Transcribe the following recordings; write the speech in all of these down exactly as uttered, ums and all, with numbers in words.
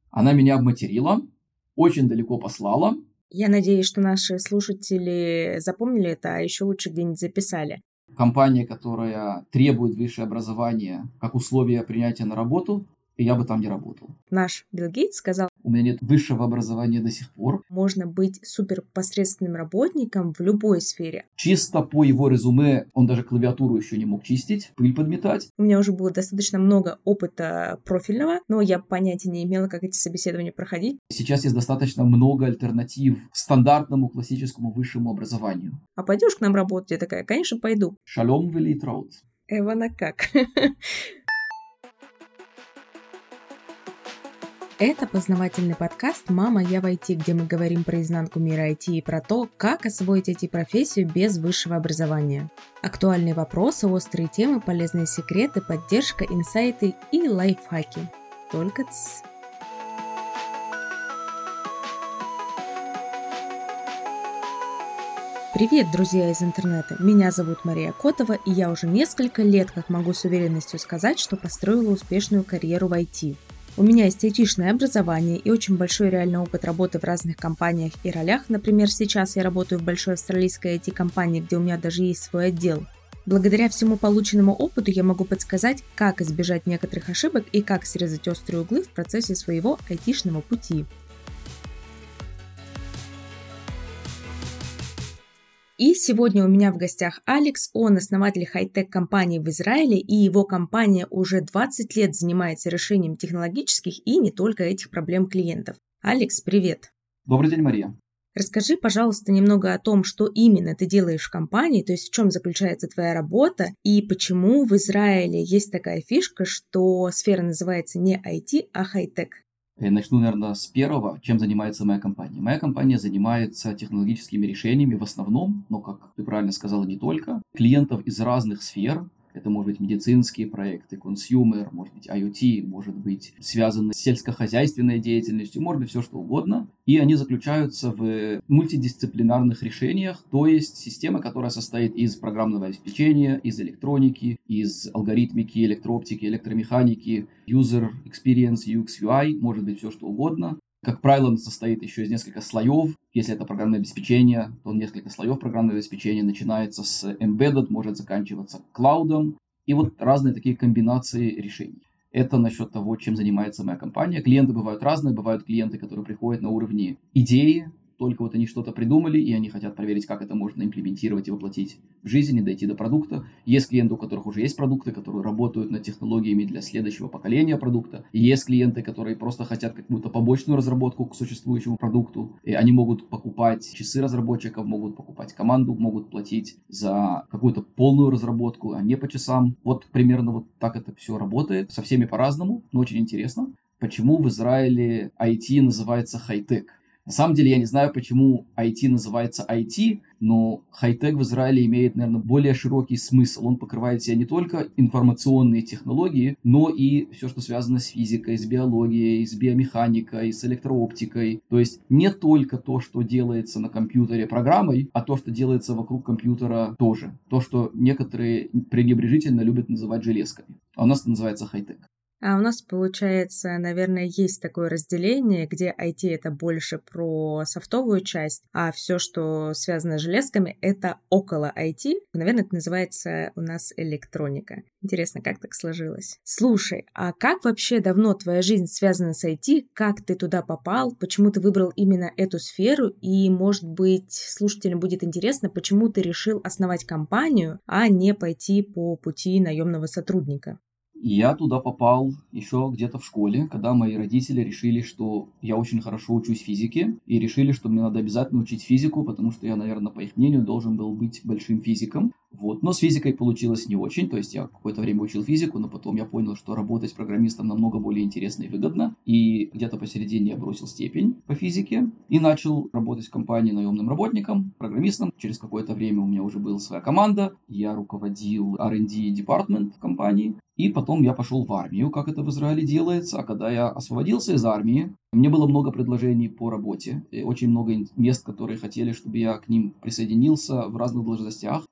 Она меня обматерила, очень далеко послала. Я надеюсь, что наши слушатели запомнили это, а еще лучше где-нибудь записали. Компания, которая требует высшее образование как условие принятия на работу, и я бы там не работал. Наш Билл Гейтс сказал: у меня нет высшего образования до сих пор. Можно быть суперпосредственным работником в любой сфере. Чисто по его резюме он даже клавиатуру еще не мог чистить, пыль подметать. У меня уже было достаточно много опыта профильного, но я понятия не имела, как эти собеседования проходить. Сейчас есть достаточно много альтернатив стандартному классическому высшему образованию. А пойдешь к нам работать? Я такая: конечно, пойду. Шалом велитраут. Эвана как? Это познавательный подкаст «Мама, я в ай ти», где мы говорим про изнанку мира ай ти и про то, как освоить ай ти-профессию без высшего образования. Актуальные вопросы, острые темы, полезные секреты, поддержка, инсайты и лайфхаки. Только тс. Привет, друзья из интернета! Меня зовут Мария Котова, и я уже несколько лет как могу с уверенностью сказать, что построила успешную карьеру в ай ти. У меня есть айтишное образование и очень большой реальный опыт работы в разных компаниях и ролях. Например, сейчас я работаю в большой австралийской ай ти-компании, где у меня даже есть свой отдел. Благодаря всему полученному опыту я могу подсказать, как избежать некоторых ошибок и как срезать острые углы в процессе своего айтишного пути. И сегодня у меня в гостях Алекс, он основатель хай-тек компании в Израиле, и его компания уже двадцать лет занимается решением технологических и не только этих проблем клиентов. Алекс, привет! Добрый день, Мария! Расскажи, пожалуйста, немного о том, что именно ты делаешь в компании, то есть в чем заключается твоя работа, и почему в Израиле есть такая фишка, что сфера называется не ай ти, а хай-тек. Я начну, наверное, с первого, чем занимается моя компания. Моя компания занимается технологическими решениями в основном, но, как ты правильно сказала, не только. Клиентов из разных сфер. Это может быть медицинские проекты, консюмер, может быть ай о ти, может быть связано с сельскохозяйственной деятельностью, может быть все что угодно. И они заключаются в мультидисциплинарных решениях, то есть система, которая состоит из программного обеспечения, из электроники, из алгоритмики, электрооптики, электромеханики, user experience, ю экс, ю ай, может быть все что угодно. Как правило, он состоит еще из нескольких слоев. Если это программное обеспечение, то несколько слоев программного обеспечения начинается с embedded, может заканчиваться клаудом. И вот разные такие комбинации решений. Это насчет того, чем занимается моя компания. Клиенты бывают разные. Бывают клиенты, которые приходят на уровне идеи. Только вот они что-то придумали, и они хотят проверить, как это можно имплементировать и воплотить в жизнь, и дойти до продукта. Есть клиенты, у которых уже есть продукты, которые работают над технологиями для следующего поколения продукта. И есть клиенты, которые просто хотят какую-то побочную разработку к существующему продукту. И они могут покупать часы разработчиков, могут покупать команду, могут платить за какую-то полную разработку, а не по часам. Вот примерно вот так это все работает. Со всеми по-разному, но очень интересно. Почему в Израиле ай ти называется хай-тек? На самом деле я не знаю, почему ай ти называется ай ти, но хай-тек в Израиле имеет, наверное, более широкий смысл. Он покрывает себя не только информационные технологии, но и все, что связано с физикой, с биологией, с биомеханикой, с электрооптикой. То есть не только то, что делается на компьютере программой, а то, что делается вокруг компьютера тоже. То, что некоторые пренебрежительно любят называть железками. А у нас это называется хай-тек. А у нас, получается, наверное, есть такое разделение, где ай ти — это больше про софтовую часть, а все, что связано с железками, это около ай ти. Наверное, это называется у нас электроника. Интересно, как так сложилось? Слушай, а как вообще давно твоя жизнь связана с ай ти? Как ты туда попал? Почему ты выбрал именно эту сферу? И, может быть, слушателям будет интересно, почему ты решил основать компанию, а не пойти по пути наемного сотрудника? Я туда попал еще где-то в школе, когда мои родители решили, что я очень хорошо учусь физике, и решили, что мне надо обязательно учить физику, потому что я, наверное, по их мнению, должен был быть большим физиком. Вот. Но с физикой получилось не очень, то есть я какое-то время учил физику, но потом я понял, что работать программистом намного более интересно и выгодно, и где-то посередине я бросил степень по физике и начал работать в компании наемным работником, программистом. Через какое-то время у меня уже была своя команда, я руководил ар энд ди департмент в компании, и потом я пошел в армию, как это в Израиле делается, а когда я освободился из армии, мне было много предложений по работе, и очень много мест, которые хотели, чтобы я к ним присоединился в разных должностях.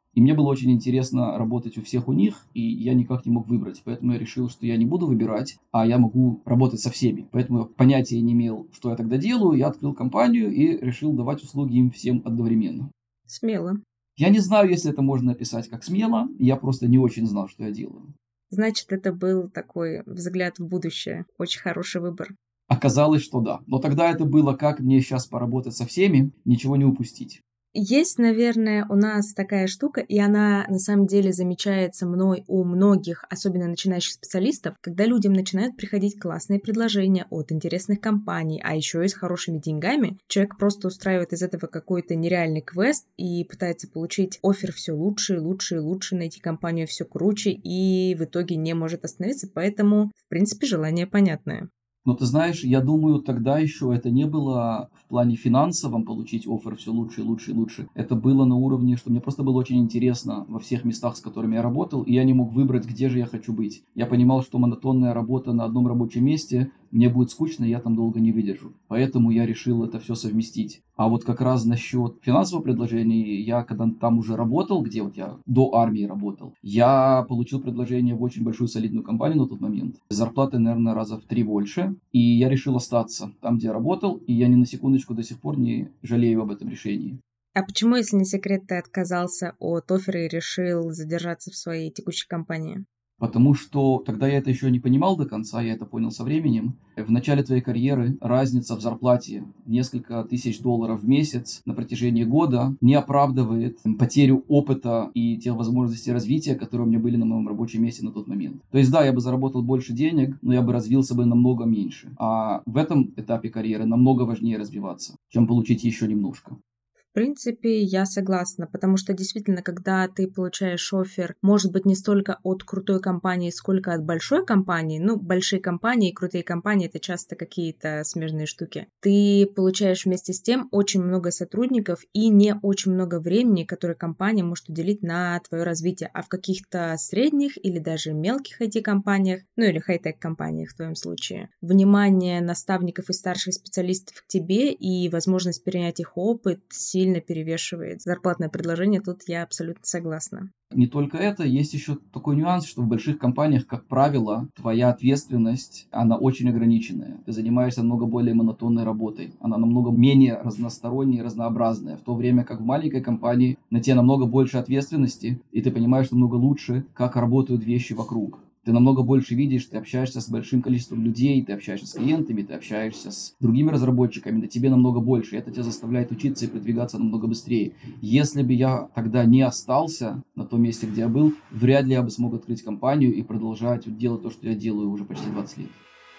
И мне было очень интересно работать у всех у них, и я никак не мог выбрать. Поэтому я решил, что я не буду выбирать, а я могу работать со всеми. Поэтому я понятия не имел, что я тогда делаю. Я открыл компанию и решил давать услуги им всем одновременно. Смело. Я не знаю, если это можно описать как смело. Я просто не очень знал, что я делаю. Значит, это был такой взгляд в будущее. Очень хороший выбор. Оказалось, что да. Но тогда это было, как мне сейчас поработать со всеми, ничего не упустить. Есть, наверное, у нас такая штука, и она на самом деле замечается мной у многих, особенно начинающих специалистов, когда людям начинают приходить классные предложения от интересных компаний, а еще и с хорошими деньгами. Человек просто устраивает из этого какой-то нереальный квест и пытается получить оффер все лучше и лучше и лучше, найти компанию все круче, и в итоге не может остановиться, поэтому, в принципе, желание понятное. Но ты знаешь, я думаю, тогда еще это не было в плане финансовом получить оффер все лучше и лучше и лучше. Это было на уровне, что мне просто было очень интересно во всех местах, с которыми я работал, и я не мог выбрать, где же я хочу быть. Я понимал, что монотонная работа на одном рабочем месте, мне будет скучно, и я там долго не выдержу. Поэтому я решил это все совместить. А вот как раз насчет финансового предложения, я когда там уже работал, где вот я до армии работал, я получил предложение в очень большую солидную компанию на тот момент. Зарплата, наверное, раза в три больше. И я решил остаться там, где я работал, и я ни на секундочку до сих пор не жалею об этом решении. А почему, если не секрет, ты отказался от оффера и решил задержаться в своей текущей компании? Потому что тогда я это еще не понимал до конца, я это понял со временем. В начале твоей карьеры разница в зарплате несколько тысяч долларов в месяц на протяжении года не оправдывает потерю опыта и тех возможностей развития, которые у меня были на моем рабочем месте на тот момент. То есть да, я бы заработал больше денег, но я бы развился бы намного меньше. А в этом этапе карьеры намного важнее развиваться, чем получить еще немножко. В принципе, я согласна, потому что действительно, когда ты получаешь оффер, может быть, не столько от крутой компании, сколько от большой компании, ну, большие компании и крутые компании — это часто какие-то смежные штуки, ты получаешь вместе с тем очень много сотрудников и не очень много времени, которое компания может уделить на твое развитие, а в каких-то средних или даже мелких ай ти-компаниях, ну или хай-тек компаниях в твоем случае, внимание наставников и старших специалистов к тебе и возможность перенять их опыт сильно перевешивает зарплатное предложение, тут я абсолютно согласна. Не только это, есть еще такой нюанс, что в больших компаниях, как правило, твоя ответственность, она очень ограниченная. Ты занимаешься намного более монотонной работой. Она намного менее разносторонняя и разнообразная. В то время как в маленькой компании на тебе намного больше ответственности, и ты понимаешь намного лучше, как работают вещи вокруг. Ты намного больше видишь, ты общаешься с большим количеством людей, ты общаешься с клиентами, ты общаешься с другими разработчиками, да тебе намного больше. Это тебя заставляет учиться и продвигаться намного быстрее. Если бы я тогда не остался на том месте, где я был, вряд ли я бы смог открыть компанию и продолжать делать то, что я делаю уже почти двадцать лет.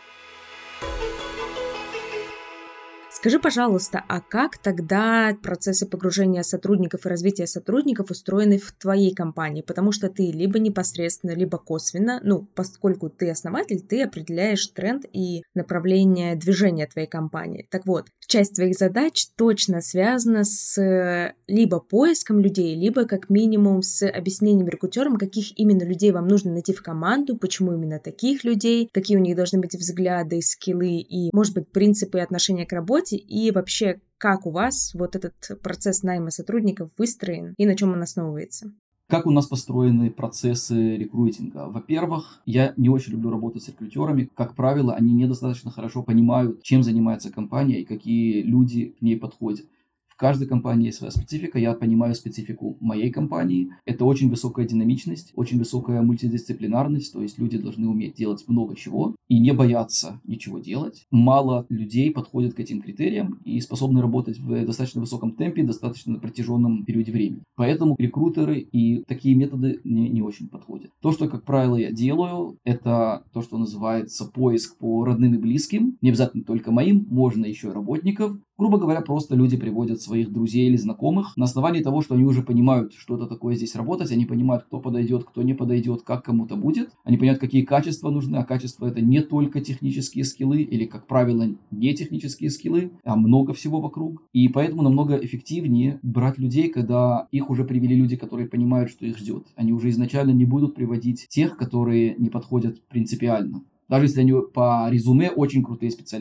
Скажи, пожалуйста, а как тогда процессы погружения сотрудников и развития сотрудников устроены в твоей компании? Потому что ты либо непосредственно, либо косвенно, ну, поскольку ты основатель, ты определяешь тренд и направление движения твоей компании. Так вот, часть твоих задач точно связана с либо поиском людей, либо как минимум с объяснением рекрутерам, каких именно людей вам нужно найти в команду, почему именно таких людей, какие у них должны быть взгляды, скиллы и, может быть, принципы отношения к работе, и вообще, как у вас вот этот процесс найма сотрудников выстроен и на чем он основывается? Как у нас построены процессы рекрутинга? Во-первых, я не очень люблю работать с рекрутерами. Как правило, они недостаточно хорошо понимают, чем занимается компания и какие люди к ней подходят. В каждой компании есть своя специфика, я понимаю специфику моей компании. Это очень высокая динамичность, очень высокая мультидисциплинарность, то есть люди должны уметь делать много чего и не бояться ничего делать. Мало людей подходят к этим критериям и способны работать в достаточно высоком темпе, достаточно на протяженном периоде времени. Поэтому рекрутеры и такие методы мне не очень подходят. То, что, как правило, я делаю, это то, что называется поиск по родным и близким. Не обязательно только моим, можно еще и работников. Грубо говоря, просто люди приводят своих друзей или знакомых на основании того, что они уже понимают, что это такое здесь работать, они понимают, кто подойдет, кто не подойдет, как кому-то будет, они понимают, какие качества нужны, а качества это не только технические скиллы или, как правило, не технические скиллы, а много всего вокруг. И поэтому намного эффективнее брать людей, когда их уже привели люди, которые понимают, что их ждет. Они уже изначально не будут приводить тех, которые не подходят принципиально, даже если они по резюме очень крутые специалисты.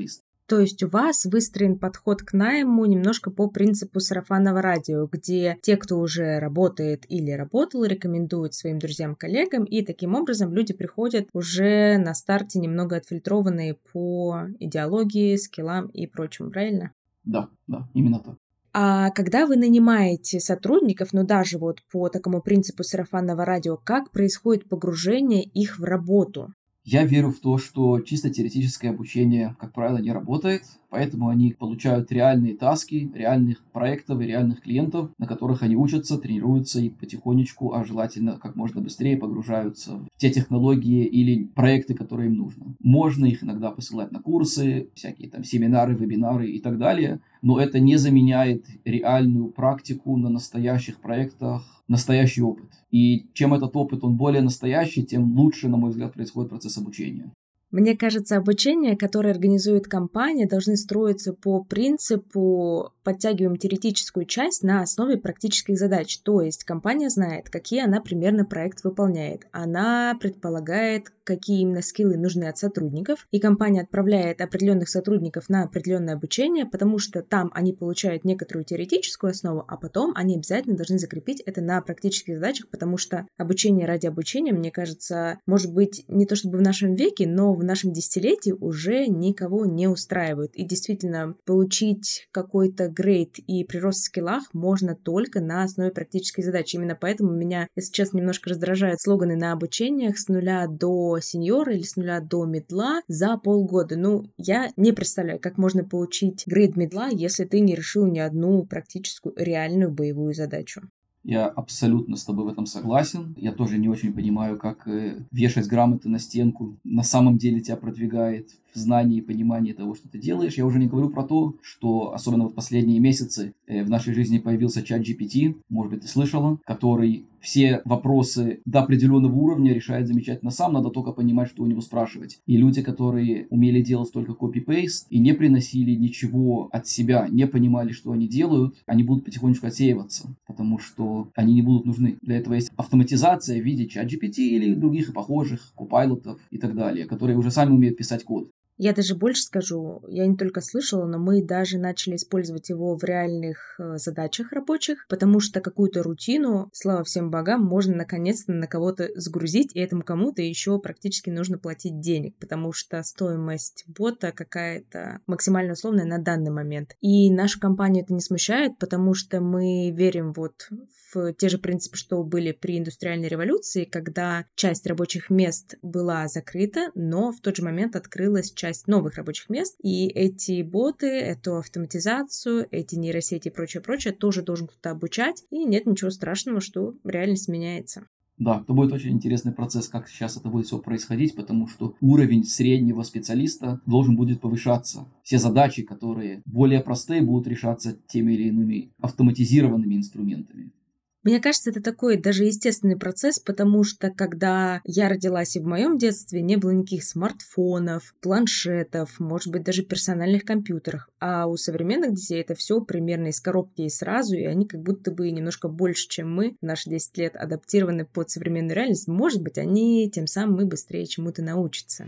То есть у вас выстроен подход к найму немножко по принципу сарафанного радио, где те, кто уже работает или работал, рекомендуют своим друзьям, коллегам, и таким образом люди приходят уже на старте немного отфильтрованные по идеологии, скиллам и прочему, правильно? Да, да, именно так. А когда вы нанимаете сотрудников, ну даже вот по такому принципу сарафанного радио, как происходит погружение их в работу? Я верю в то, что чисто теоретическое обучение, как правило, не работает, поэтому они получают реальные таски, реальных проектов и реальных клиентов, на которых они учатся, тренируются и потихонечку, а желательно как можно быстрее погружаются в те технологии или проекты, которые им нужно. Можно их иногда посылать на курсы, всякие там семинары, вебинары и так далее, но это не заменяет реальную практику на настоящих проектах, настоящий опыт. И чем этот опыт, он более настоящий, тем лучше, на мой взгляд, происходит процесс обучения. Мне кажется, обучение, которое организует компания, должны строиться по принципу подтягиваем теоретическую часть на основе практических задач. То есть компания знает, какие она примерно проект выполняет. Она предполагает, какие именно скиллы нужны от сотрудников. И компания отправляет определенных сотрудников на определенное обучение, потому что там они получают некоторую теоретическую основу, а потом они обязательно должны закрепить это на практических задачах, потому что обучение ради обучения, мне кажется, может быть, не то чтобы в нашем веке, но в нашем десятилетии уже никого не устраивают. И действительно, получить какой-то грейд и прирост в скиллах можно только на основе практической задачи. Именно поэтому меня, если честно, немножко раздражают слоганы на обучениях с нуля до сеньора или с нуля до мидла за полгода. Ну, я не представляю, как можно получить грейд мидла, если ты не решил ни одну практическую реальную боевую задачу. Я абсолютно с тобой в этом согласен. Я тоже не очень понимаю, как э, вешать грамоты на стенку на самом деле тебя продвигает в знании и понимании того, что ты делаешь. Я уже не говорю про то, что особенно вот последние месяцы э, в нашей жизни появился чат джи пи ти, может быть, ты слышала, который все вопросы до определенного уровня решает замечательно сам, надо только понимать, что у него спрашивать. И люди, которые умели делать только копи-пейст и не приносили ничего от себя, не понимали, что они делают, они будут потихонечку отсеиваться, потому что они не будут нужны. Для этого есть автоматизация в виде чат джи пи ти или других похожих, копайлотов и так далее, которые уже сами умеют писать код. Я даже больше скажу, я не только слышала, но мы даже начали использовать его в реальных э, задачах рабочих, потому что какую-то рутину, слава всем богам, можно наконец-то на кого-то сгрузить, и этому кому-то еще практически нужно платить денег, потому что стоимость бота какая-то максимально условная на данный момент. И нашу компанию это не смущает, потому что мы верим вот в те же принципы, что были при индустриальной революции, когда часть рабочих мест была закрыта, но в тот же момент открылась часть часть новых рабочих мест, и эти боты, эту автоматизацию, эти нейросети и прочее-прочее тоже должен кто-то обучать, и нет ничего страшного, что реальность меняется. Да, это будет очень интересный процесс, как сейчас это будет все происходить, потому что уровень среднего специалиста должен будет повышаться. Все задачи, которые более простые, будут решаться теми или иными автоматизированными инструментами. Мне кажется, это такой даже естественный процесс, потому что когда я родилась и в моем детстве не было никаких смартфонов, планшетов, может быть, даже персональных компьютеров, а у современных детей это все примерно из коробки и сразу, и они как будто бы немножко больше, чем мы, в наши десять лет адаптированы под современную реальность. Может быть, они тем самым и быстрее чему-то научатся.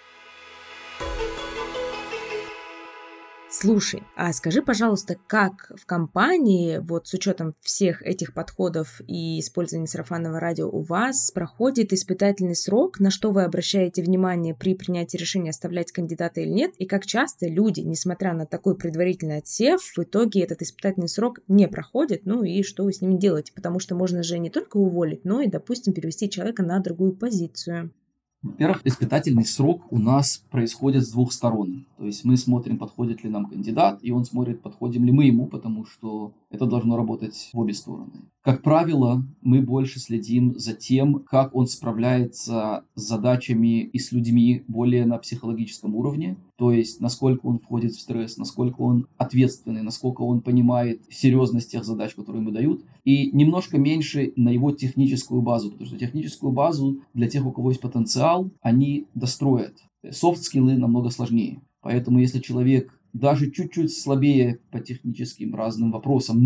Слушай, а скажи, пожалуйста, как в компании, вот с учетом всех этих подходов и использования сарафанного радио, у вас проходит испытательный срок, на что вы обращаете внимание при принятии решения, оставлять кандидата или нет, и как часто люди, несмотря на такой предварительный отсев, в итоге этот испытательный срок не проходит, ну и что вы с ними делаете, потому что можно же не только уволить, но и, допустим, перевести человека на другую позицию. Во-первых, испытательный срок у нас происходит с двух сторон. То есть мы смотрим, подходит ли нам кандидат, и он смотрит, подходим ли мы ему, потому что это должно работать в обе стороны. Как правило, мы больше следим за тем, как он справляется с задачами и с людьми более на психологическом уровне. То есть, насколько он входит в стресс, насколько он ответственный, насколько он понимает серьезность тех задач, которые ему дают. И немножко меньше на его техническую базу, потому что техническую базу для тех, у кого есть потенциал, они достроят. Софт-скиллы намного сложнее. Поэтому если человек даже чуть-чуть слабее по техническим разным вопросам, но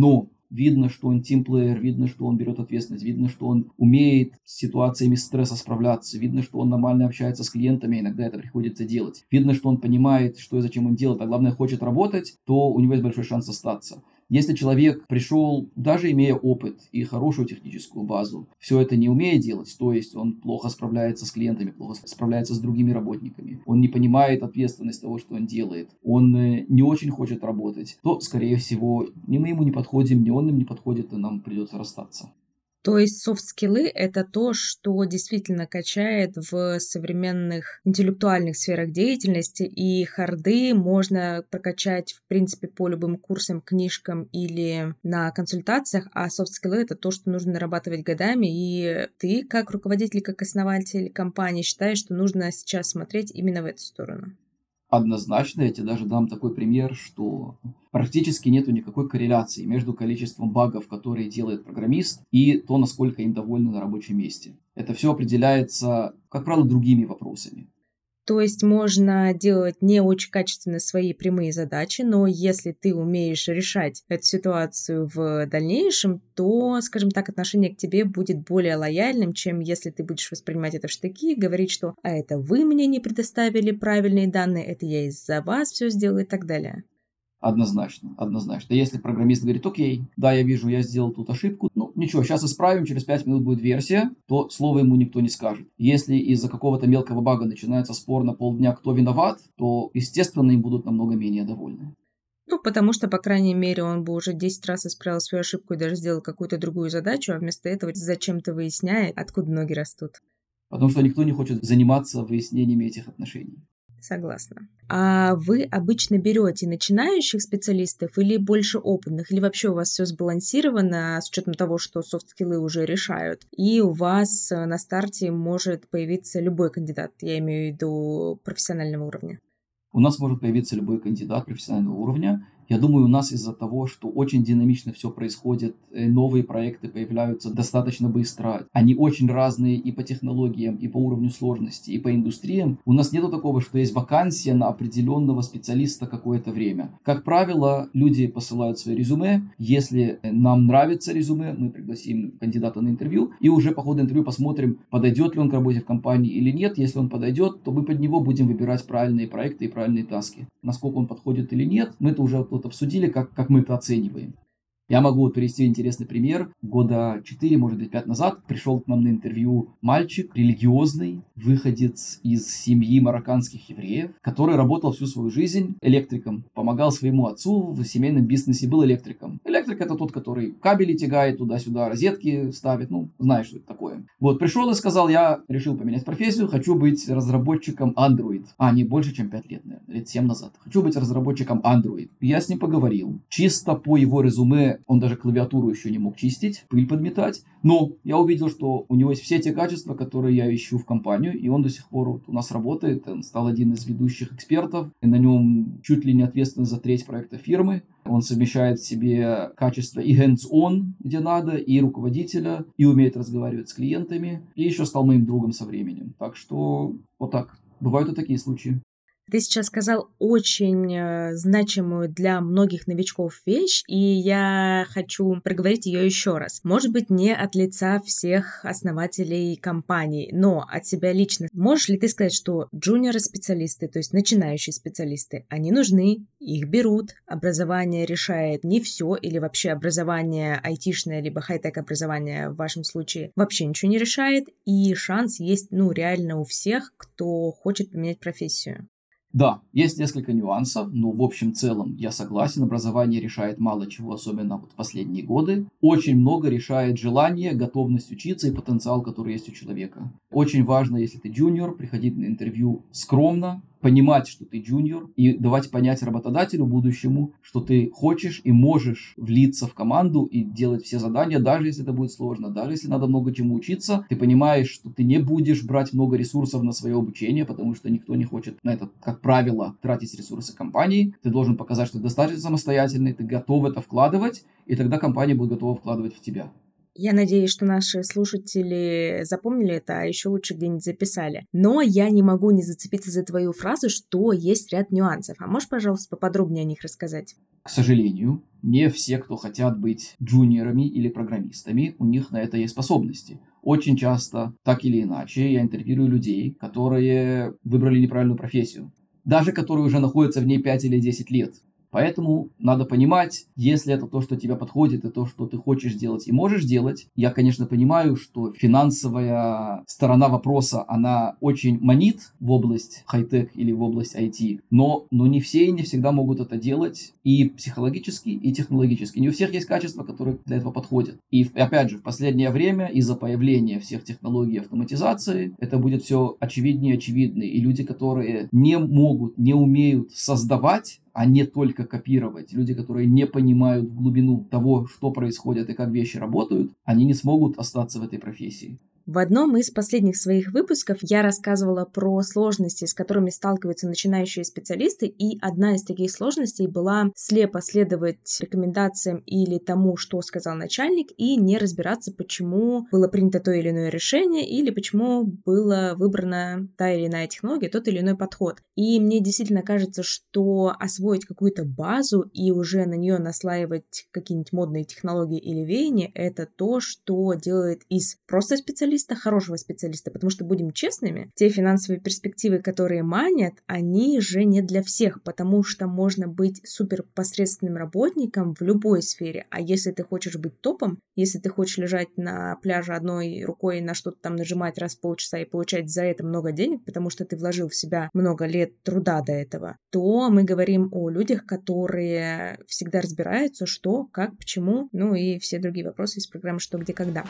видно, что он тимплеер, видно, что он берет ответственность, видно, что он умеет с ситуациями стресса справляться, видно, что он нормально общается с клиентами, иногда это приходится делать. Видно, что он понимает, что и зачем он делает, а главное, хочет работать, то у него есть большой шанс остаться. Если человек пришел, даже имея опыт и хорошую техническую базу, все это не умея делать, то есть он плохо справляется с клиентами, плохо справляется с другими работниками, он не понимает ответственность того, что он делает, он не очень хочет работать, то, скорее всего, ни мы ему не подходим, ни он им не подходит, и нам придется расстаться. То есть софт-скиллы — это то, что действительно качает в современных интеллектуальных сферах деятельности, и харды можно прокачать, в принципе, по любым курсам, книжкам или на консультациях, а софт-скиллы — это то, что нужно нарабатывать годами, и ты, как руководитель, как основатель компании, считаешь, что нужно сейчас смотреть именно в эту сторону? Однозначно, я тебе даже дам такой пример, что практически нету никакой корреляции между количеством багов, которые делает программист, и то, насколько им довольны на рабочем месте. Это все определяется, как правило, другими вопросами. То есть можно делать не очень качественно свои прямые задачи, но если ты умеешь решать эту ситуацию в дальнейшем, то, скажем так, отношение к тебе будет более лояльным, чем если ты будешь воспринимать это в штыки и говорить, что «а это вы мне не предоставили правильные данные, это я из-за вас все сделал» и так далее. Однозначно, однозначно. Если программист говорит, окей, да, я вижу, я сделал тут ошибку, ну ничего, сейчас исправим, через пять минут будет версия, то слова ему никто не скажет. Если из-за какого-то мелкого бага начинается спор на полдня, кто виноват, то, естественно, им будут намного менее довольны. Ну, потому что, по крайней мере, он бы уже десять раз исправил свою ошибку и даже сделал какую-то другую задачу, а вместо этого зачем-то выясняет, откуда ноги растут. Потому что никто не хочет заниматься выяснениями этих отношений. Согласна. А вы обычно берете начинающих специалистов или больше опытных? Или вообще у вас все сбалансировано с учетом того, что софт-скиллы уже решают? И у вас на старте может появиться любой кандидат, я имею в виду профессионального уровня? У нас может появиться любой кандидат профессионального уровня. Я думаю, у нас из-за того, что очень динамично все происходит, новые проекты появляются достаточно быстро. Они очень разные и по технологиям, и по уровню сложности, и по индустриям. У нас нету такого, что есть вакансия на определенного специалиста какое-то время. Как правило, люди посылают свои резюме. Если нам нравится резюме, мы пригласим кандидата на интервью, и уже по ходу интервью посмотрим, подойдет ли он к работе в компании или нет. Если он подойдет, то мы под него будем выбирать правильные проекты и правильные таски. Насколько он подходит или нет, мы это уже обсудили, как, как мы это оцениваем. Я могу вот привести интересный пример. Года четыре, может быть, пять назад пришел к нам на интервью мальчик, религиозный, выходец из семьи марокканских евреев, который работал всю свою жизнь электриком. Помогал своему отцу в семейном бизнесе, был электриком. Электрик — это тот, который кабели тягает туда-сюда, розетки ставит, ну, знаешь, что это такое. Вот, пришел и сказал, я решил поменять профессию, хочу быть разработчиком Android. А, не больше, чем пять лет, наверное, лет семь назад. Хочу быть разработчиком Android. Я с ним поговорил. Чисто по его резюме он даже клавиатуру еще не мог чистить, пыль подметать. Но я увидел, что у него есть все те качества, которые я ищу в компанию, и он до сих пор вот у нас работает. Он стал один из ведущих экспертов. И на нем чуть ли не ответственность за треть проекта фирмы. Он совмещает в себе качества и hands-on, где надо, и руководителя, и умеет разговаривать с клиентами, и еще стал моим другом со временем. Так что вот так. Бывают и такие случаи. Ты сейчас сказал очень э, значимую для многих новичков вещь, и я хочу проговорить ее еще раз. Может быть, не от лица всех основателей компаний, но от себя лично. Можешь ли ты сказать, что джуниор-специалисты, то есть начинающие специалисты, они нужны, их берут, образование решает не все, или вообще образование айтишное, либо хай-тек образование в вашем случае вообще ничего не решает, и шанс есть, ну, реально у всех, кто хочет поменять профессию? Да, есть несколько нюансов, но в общем целом я согласен, образование решает мало чего, особенно вот в последние годы. Очень много решает желание, готовность учиться и потенциал, который есть у человека. Очень важно, если ты джуниор, приходить на интервью скромно, понимать, что ты джуниор, и давать понять работодателю будущему, что ты хочешь и можешь влиться в команду и делать все задания, даже если это будет сложно, даже если надо много чему учиться. Ты понимаешь, что ты не будешь брать много ресурсов на свое обучение, потому что никто не хочет на это, как правило, тратить ресурсы компании. Ты должен показать, что ты достаточно самостоятельный, ты готов это вкладывать, и тогда компания будет готова вкладывать в тебя. Я надеюсь, что наши слушатели запомнили это, а еще лучше где-нибудь записали. Но я не могу не зацепиться за твою фразу, что есть ряд нюансов. А можешь, пожалуйста, поподробнее о них рассказать? К сожалению, не все, кто хотят быть джуниорами или программистами, у них на это есть способности. Очень часто, так или иначе, я интервьюирую людей, которые выбрали неправильную профессию. Даже которые уже находятся в ней пять или десять лет. Поэтому надо понимать, если это то, что тебе подходит, и то, что ты хочешь делать и можешь делать. Я, конечно, понимаю, что финансовая сторона вопроса, она очень манит в область хай-тек или в область ай ти, но, но не все и не всегда могут это делать и психологически, и технологически. Не у всех есть качества, которые для этого подходят. И, опять же, в последнее время из-за появления всех технологий автоматизации это будет все очевиднее и очевиднее. И люди, которые не могут, не умеют создавать, а не только копировать. Люди, которые не понимают глубину того, что происходит и как вещи работают, они не смогут остаться в этой профессии. В одном из последних своих выпусков я рассказывала про сложности, с которыми сталкиваются начинающие специалисты, и одна из таких сложностей была слепо следовать рекомендациям или тому, что сказал начальник, и не разбираться, почему было принято то или иное решение, или почему была выбрана та или иная технология, тот или иной подход. И мне действительно кажется, что освоить какую-то базу и уже на нее наслаивать какие-нибудь модные технологии или веяния, это то, что делает из просто специалиста хорошего специалиста, потому что, будем честными, те финансовые перспективы, которые манят, они же не для всех, потому что можно быть суперпосредственным работником в любой сфере, а если ты хочешь быть топом, если ты хочешь лежать на пляже одной рукой на что-то там нажимать раз в полчаса и получать за это много денег, потому что ты вложил в себя много лет труда до этого, то мы говорим о людях, которые всегда разбираются, что, как, почему, ну и все другие вопросы из программы «Что, где, когда».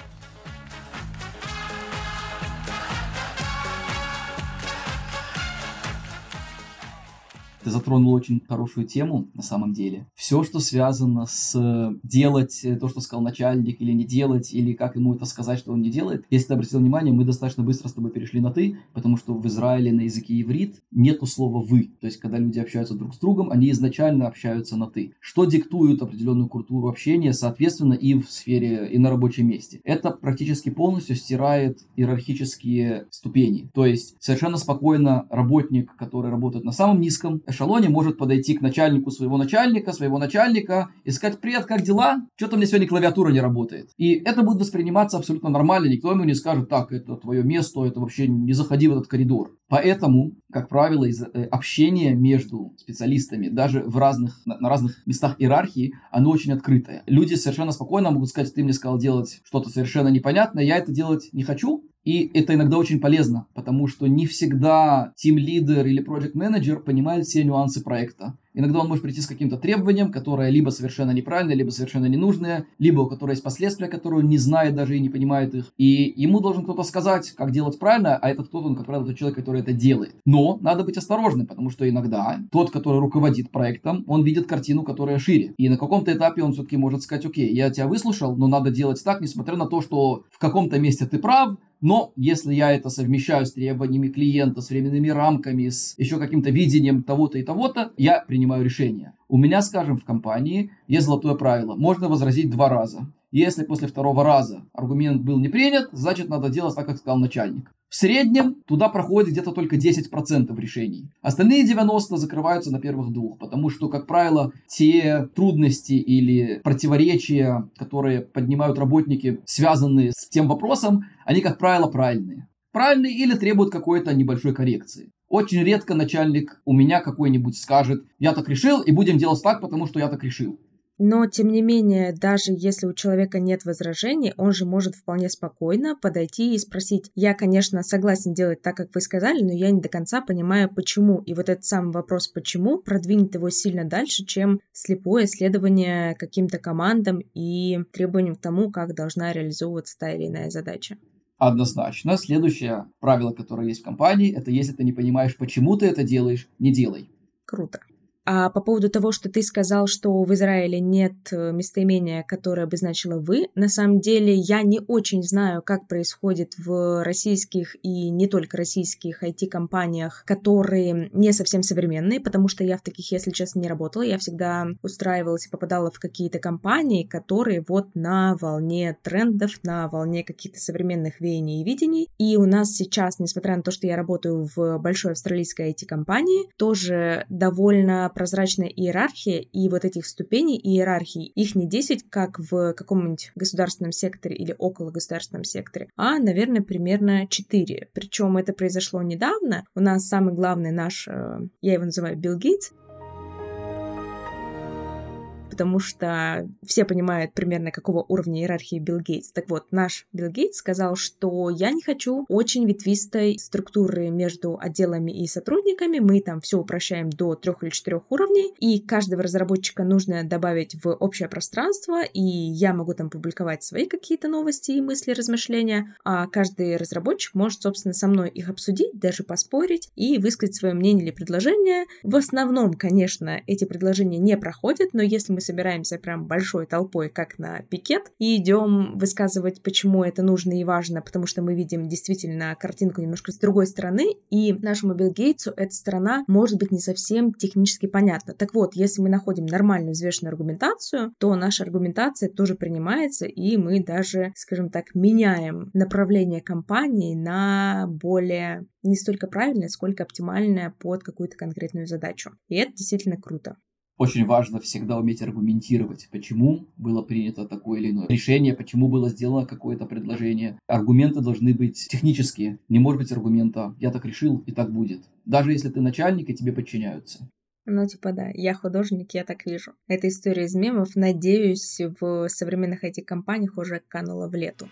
Ты затронул очень хорошую тему, на самом деле. Все, что связано с делать то, что сказал начальник, или не делать, или как ему это сказать, что он не делает. Если ты обратил внимание, мы достаточно быстро с тобой перешли на «ты», потому что в Израиле на языке иврит нету слова «вы». То есть, когда люди общаются друг с другом, они изначально общаются на «ты», что диктует определенную культуру общения, соответственно, и в сфере, и на рабочем месте. Это практически полностью стирает иерархические ступени. То есть, совершенно спокойно работник, который работает на самом низком эшелоне, может подойти к начальнику своего начальника, своего начальника и сказать: «Привет, как дела? Что-то мне сегодня клавиатура не работает». И это будет восприниматься абсолютно нормально. Никто ему не скажет: «Так, это твое место, это вообще не заходи в этот коридор». Поэтому, как правило, из э, общения между специалистами, даже в разных, на, на разных местах иерархии, оно очень открытое. Люди совершенно спокойно могут сказать: «Ты мне сказал делать что-то совершенно непонятное, я это делать не хочу». И это иногда очень полезно, потому что не всегда тим-лидер или проект-менеджер понимает все нюансы проекта. Иногда он может прийти с каким-то требованием, которое либо совершенно неправильное, либо совершенно ненужное, либо у которого есть последствия, которые он не знает даже и не понимает их. И ему должен кто-то сказать, как делать правильно, а этот кто-то, он, как правило, тот человек, который это делает. Но надо быть осторожным, потому что иногда тот, который руководит проектом, он видит картину, которая шире. И на каком-то этапе он все-таки может сказать: «Окей, я тебя выслушал, но надо делать так, несмотря на то, что в каком-то месте ты прав, но если я это совмещаю с требованиями клиента, с временными рамками, с еще каким-то видением того-то и того-то, я принимаю решение». У меня, скажем, в компании есть золотое правило: можно возразить два раза. Если после второго раза аргумент был не принят, значит, надо делать так, как сказал начальник. В среднем туда проходит где-то только десять процентов решений. Остальные девяносто процентов закрываются на первых двух, потому что, как правило, те трудности или противоречия, которые поднимают работники, связанные с тем вопросом, они, как правило, правильные. Правильные или требуют какой-то небольшой коррекции. Очень редко начальник у меня какой-нибудь скажет: «Я так решил, и будем делать так, потому что я так решил». Но, тем не менее, даже если у человека нет возражений, он же может вполне спокойно подойти и спросить: «Я, конечно, согласен делать так, как вы сказали, но я не до конца понимаю, почему». И вот этот самый вопрос «почему» продвинет его сильно дальше, чем слепое следование каким-то командам и требованиям к тому, как должна реализовываться та или иная задача. Однозначно. Следующее правило, которое есть в компании, это: если ты не понимаешь, почему ты это делаешь, не делай. Круто. А по поводу того, что ты сказал, что в Израиле нет местоимения, которое обозначило «вы», на самом деле я не очень знаю, как происходит в российских и не только российских ай ти-компаниях, которые не совсем современные, потому что я в таких, если честно, не работала. Я всегда устраивалась и попадала в какие-то компании, которые вот на волне трендов, на волне каких-то современных веяний и видений. И у нас сейчас, несмотря на то, что я работаю в большой австралийской ай ти-компании, тоже довольно прозрачная иерархия, и вот этих ступеней иерархии, их не десять, как в каком-нибудь государственном секторе или около государственном секторе, а, наверное, примерно четыре. Причем это произошло недавно. У нас самый главный наш, я его называю Билл Гейтс, потому что все понимают примерно, какого уровня иерархии Билл Гейтс. Так вот, наш Билл Гейтс сказал, что я не хочу очень ветвистой структуры между отделами и сотрудниками, мы там все упрощаем до трех или четырех уровней, и каждого разработчика нужно добавить в общее пространство, и я могу там публиковать свои какие-то новости и мысли, размышления, а каждый разработчик может, собственно, со мной их обсудить, даже поспорить и высказать свое мнение или предложение. В основном, конечно, эти предложения не проходят, но если мы собираемся прям большой толпой, как на пикет, и идем высказывать, почему это нужно и важно, потому что мы видим действительно картинку немножко с другой стороны, и нашему Билл Гейтсу эта сторона может быть не совсем технически понятна. Так вот, если мы находим нормальную взвешенную аргументацию, то наша аргументация тоже принимается, и мы даже, скажем так, меняем направление компании на более не столько правильное, сколько оптимальное под какую-то конкретную задачу. И это действительно круто. Очень важно всегда уметь аргументировать, почему было принято такое или иное решение, почему было сделано какое-то предложение. Аргументы должны быть технические. Не может быть аргумента «я так решил и так будет». Даже если ты начальник и тебе подчиняются. Ну, типа, да, я художник, я так вижу. Эта история из мемов, надеюсь, в современных ай ти-компаниях уже канула в лету.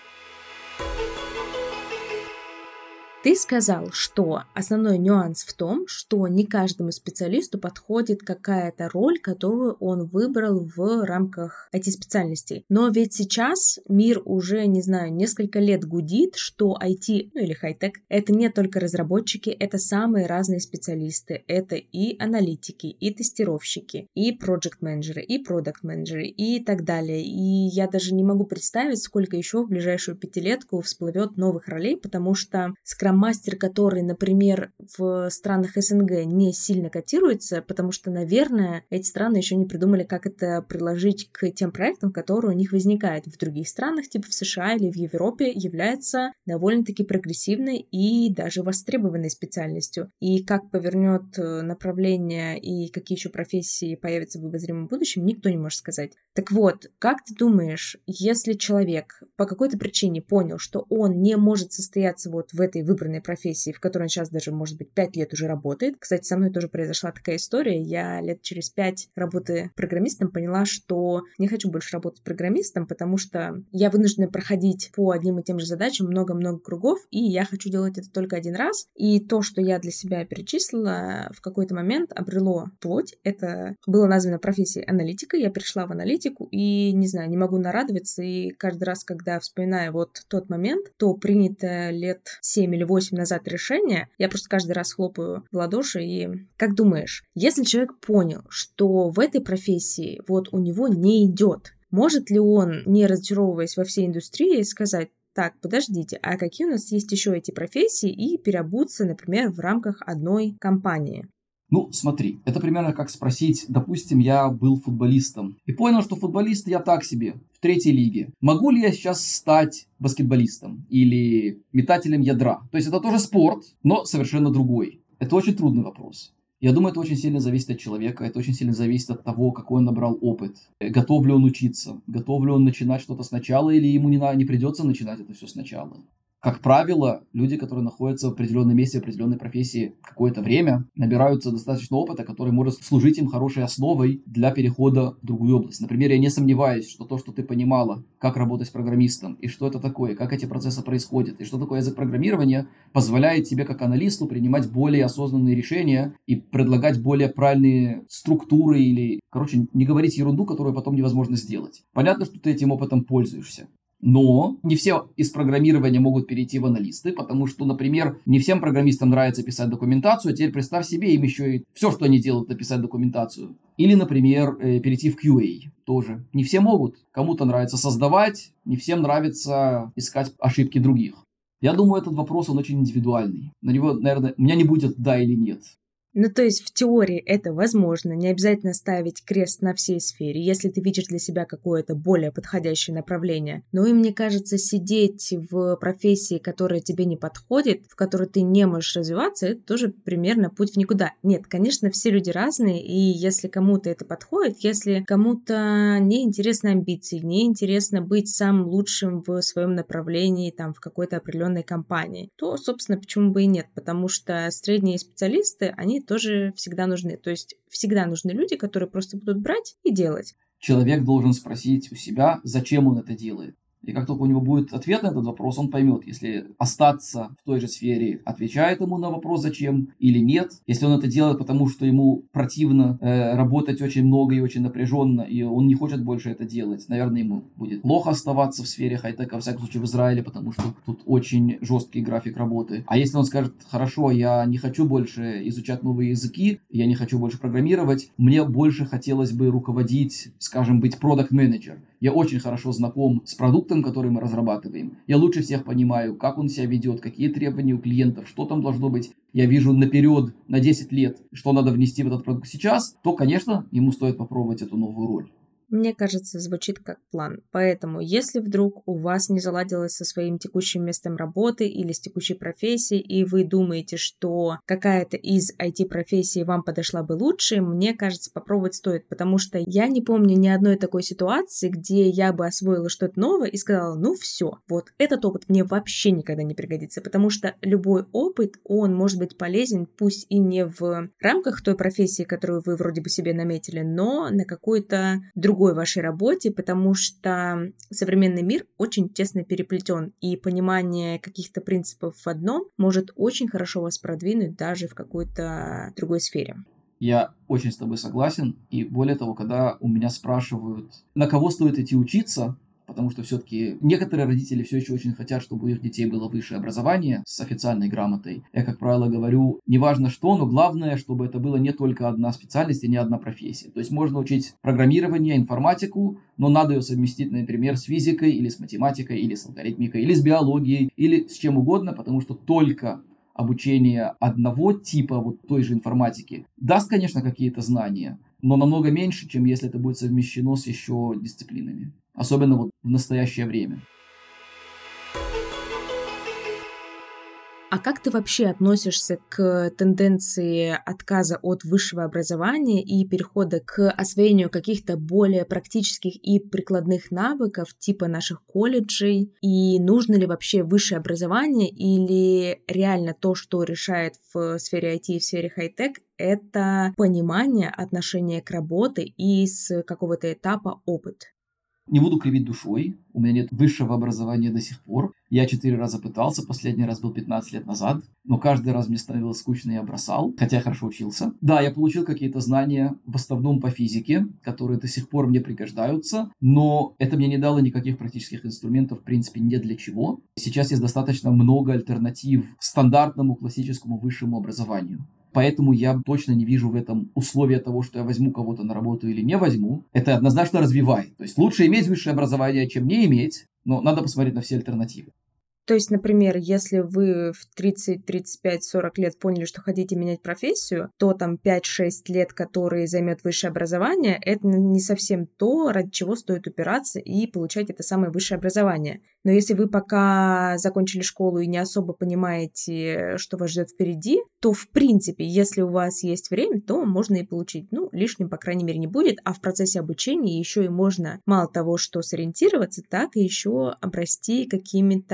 Ты сказал, что основной нюанс в том, что не каждому специалисту подходит какая-то роль, которую он выбрал в рамках ай ти-специальностей. Но ведь сейчас мир уже, не знаю, несколько лет гудит, что ай ти, ну или хай-тек, это не только разработчики, это самые разные специалисты. Это и аналитики, и тестировщики, и проект-менеджеры, и продакт-менеджеры, и так далее. И я даже не могу представить, сколько еще в ближайшую пятилетку всплывет новых ролей, потому что скрам-мастер, который, например, в странах эс эн гэ не сильно котируется, потому что, наверное, эти страны еще не придумали, как это приложить к тем проектам, которые у них возникают в других странах, типа в США или в Европе, является довольно-таки прогрессивной и даже востребованной специальностью. И как повернет направление и какие еще профессии появятся в обозримом будущем, никто не может сказать. Так вот, как ты думаешь, если человек по какой-то причине понял, что он не может состояться вот в этой выбранной профессии, в которой он сейчас даже, может быть, пять лет уже работает. Кстати, со мной тоже произошла такая история. Я лет через пять работы программистом поняла, что не хочу больше работать программистом, потому что я вынуждена проходить по одним и тем же задачам много-много кругов, и я хочу делать это только один раз. И то, что я для себя перечислила, в какой-то момент обрело плоть. Это было названо профессией аналитика. Я перешла в аналитику и, не знаю, не могу нарадоваться. И каждый раз, когда вспоминаю вот тот момент, то принято лет семь или восемь назад решение, я просто каждый раз хлопаю в ладоши и... Как думаешь, если человек понял, что в этой профессии вот у него не идет, может ли он, не разочаровываясь во всей индустрии, сказать: так, подождите, а какие у нас есть еще эти профессии, и переобуться, например, в рамках одной компании? Ну, смотри, это примерно как спросить, допустим, я был футболистом и понял, что футболист я так себе, в третьей лиге. Могу ли я сейчас стать баскетболистом или метателем ядра? То есть это тоже спорт, но совершенно другой. Это очень трудный вопрос. Я думаю, это очень сильно зависит от человека, это очень сильно зависит от того, какой он набрал опыт. Готов ли он учиться, готов ли он начинать что-то сначала, или ему не, на, не придется начинать это все сначала. Как правило, люди, которые находятся в определенном месте, в определенной профессии какое-то время, набираются достаточно опыта, который может служить им хорошей основой для перехода в другую область. Например, я не сомневаюсь, что то, что ты понимала, как работать с программистом, и что это такое, как эти процессы происходят, и что такое язык программирования, позволяет тебе как аналисту принимать более осознанные решения и предлагать более правильные структуры или, короче, не говорить ерунду, которую потом невозможно сделать. Понятно, что ты этим опытом пользуешься. Но не все из программирования могут перейти в аналисты, потому что, например, не всем программистам нравится писать документацию, а теперь представь себе, им еще и все, что они делают, это писать документацию. Или, например, перейти в кью эй тоже. Не все могут. Кому-то нравится создавать, не всем нравится искать ошибки других. Я думаю, этот вопрос, он очень индивидуальный. На него, наверное, у меня не будет да или нет. Ну, то есть в теории это возможно, не обязательно ставить крест на всей сфере, если ты видишь для себя какое-то более подходящее направление. Но и мне кажется, сидеть в профессии, которая тебе не подходит, в которой ты не можешь развиваться, это тоже примерно путь в никуда. Нет, конечно, все люди разные, и если кому-то это подходит, если кому-то не интересны амбиции, не интересно быть самым лучшим в своем направлении, там, в какой-то определенной компании, то, собственно, почему бы и нет, потому что средние специалисты, они тоже всегда нужны. То есть всегда нужны люди, которые просто будут брать и делать. Человек должен спросить у себя, зачем он это делает. И как только у него будет ответ на этот вопрос, он поймет, если остаться в той же сфере отвечает ему на вопрос «зачем» или нет. Если он это делает, потому что ему противно э, работать очень много и очень напряженно, и он не хочет больше это делать, наверное, ему будет плохо оставаться в сфере хай-тека, во всяком случае в Израиле, потому что тут очень жесткий график работы. А если он скажет «хорошо, я не хочу больше изучать новые языки, я не хочу больше программировать, мне больше хотелось бы руководить, скажем, быть продакт-менеджер. Я очень хорошо знаком с продуктом, который мы разрабатываем. Я лучше всех понимаю, как он себя ведет, какие требования у клиентов, что там должно быть. Я вижу наперед, на десять лет, что надо внести в этот продукт сейчас», то, конечно, ему стоит попробовать эту новую роль. Мне кажется, звучит как план. Поэтому, если вдруг у вас не заладилось со своим текущим местом работы или с текущей профессией, и вы думаете, что какая-то из ай ти-профессий вам подошла бы лучше, мне кажется, попробовать стоит, потому что я не помню ни одной такой ситуации, где я бы освоила что-то новое и сказала, ну все, вот этот опыт мне вообще никогда не пригодится, потому что любой опыт, он может быть полезен, пусть и не в рамках той профессии, которую вы вроде бы себе наметили, но на какой-то другой вашей работе, потому что современный мир очень тесно переплетен, и понимание каких-то принципов в одном может очень хорошо вас продвинуть даже в какой-то другой сфере. Я очень с тобой согласен, и более того, когда у меня спрашивают, на кого стоит идти учиться, потому что все-таки некоторые родители все еще очень хотят, чтобы у их детей было высшее образование с официальной грамотой. Я, как правило, говорю, неважно что, но главное, чтобы это было не только одна специальность и не одна профессия. То есть можно учить программирование, информатику, но надо ее совместить, например, с физикой или с математикой, или с алгоритмикой, или с биологией, или с чем угодно, потому что только обучение одного типа вот той же информатики даст, конечно, какие-то знания, но намного меньше, чем если это будет совмещено с еще дисциплинами. Особенно вот в настоящее время. А как ты вообще относишься к тенденции отказа от высшего образования и перехода к освоению каких-то более практических и прикладных навыков типа наших колледжей? И нужно ли вообще высшее образование или реально то, что решает в сфере ай ти и в сфере хай-тек, это понимание отношения к работе и с какого-то этапа опыт? Не буду кривить душой, у меня нет высшего образования до сих пор. Я четыре раза пытался, последний раз был пятнадцать лет назад, но каждый раз мне становилось скучно и я бросал, хотя я хорошо учился. Да, я получил какие-то знания, в основном по физике, которые до сих пор мне пригождаются, но это мне не дало никаких практических инструментов, в принципе, не для чего. Сейчас есть достаточно много альтернатив стандартному классическому высшему образованию. Поэтому я точно не вижу в этом условия того, что я возьму кого-то на работу или не возьму. Это однозначно развивает. То есть лучше иметь высшее образование, чем не иметь, но надо посмотреть на все альтернативы. То есть, например, если вы в тридцать, тридцать пять, сорок лет поняли, что хотите менять профессию, то там пять-шесть лет, которые займет высшее образование, это не совсем то, ради чего стоит упираться и получать это самое высшее образование. Но если вы пока закончили школу и не особо понимаете, что вас ждет впереди, то, в принципе, если у вас есть время, то можно и получить. Ну, лишним, по крайней мере, не будет, а в процессе обучения еще и можно мало того, что сориентироваться, так и еще обрасти какими-то связями,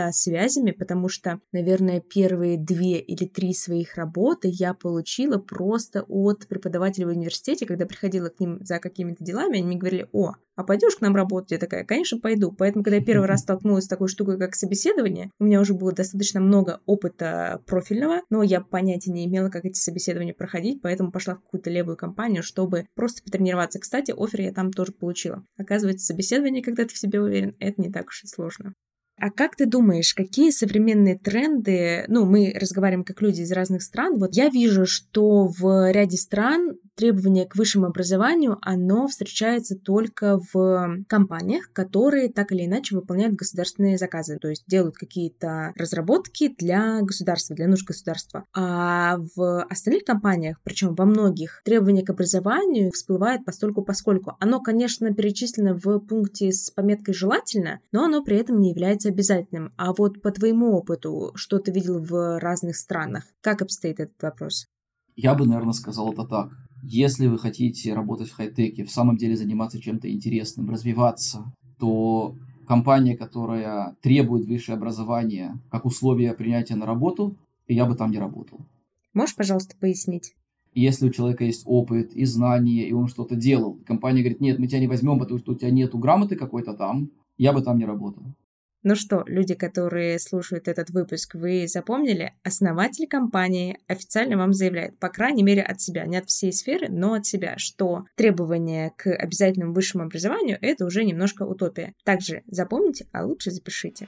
связями, потому что, наверное, первые две или три своих работы я получила просто от преподавателей в университете, когда приходила к ним за какими-то делами, они мне говорили: о, а пойдешь к нам работать? Я такая: конечно, пойду. Поэтому, когда я первый раз столкнулась с такой штукой, как собеседование, у меня уже было достаточно много опыта профильного, но я понятия не имела, как эти собеседования проходить, поэтому пошла в какую-то левую компанию, чтобы просто потренироваться. Кстати, оффер я там тоже получила. Оказывается, собеседование, когда ты в себе уверен, это не так уж и сложно. А как ты думаешь, какие современные тренды, ну, мы разговариваем как люди из разных стран, вот я вижу, что в ряде стран требование к высшему образованию, оно встречается только в компаниях, которые так или иначе выполняют государственные заказы, то есть делают какие-то разработки для государства, для нужд государства. А в остальных компаниях, причем во многих, требования к образованию всплывают постольку-поскольку. Оно, конечно, перечислено в пункте с пометкой «желательно», но оно при этом не является обязательным. А вот по твоему опыту, что ты видел в разных странах, как обстоит этот вопрос? Я бы, наверное, сказал это так. Если вы хотите работать в хай-теке, в самом деле заниматься чем-то интересным, развиваться, то компания, которая требует высшее образование как условие принятия на работу, я бы там не работал. Можешь, пожалуйста, пояснить? Если у человека есть опыт и знания, и он что-то делал, компания говорит: нет, мы тебя не возьмем, потому что у тебя нету грамоты какой-то там, я бы там не работал. Ну что, люди, которые слушают этот выпуск, вы запомнили? Основатель компании официально вам заявляет, по крайней мере от себя, не от всей сферы, но от себя, что требование к обязательному высшему образованию — это уже немножко утопия. Также запомните, а лучше запишите.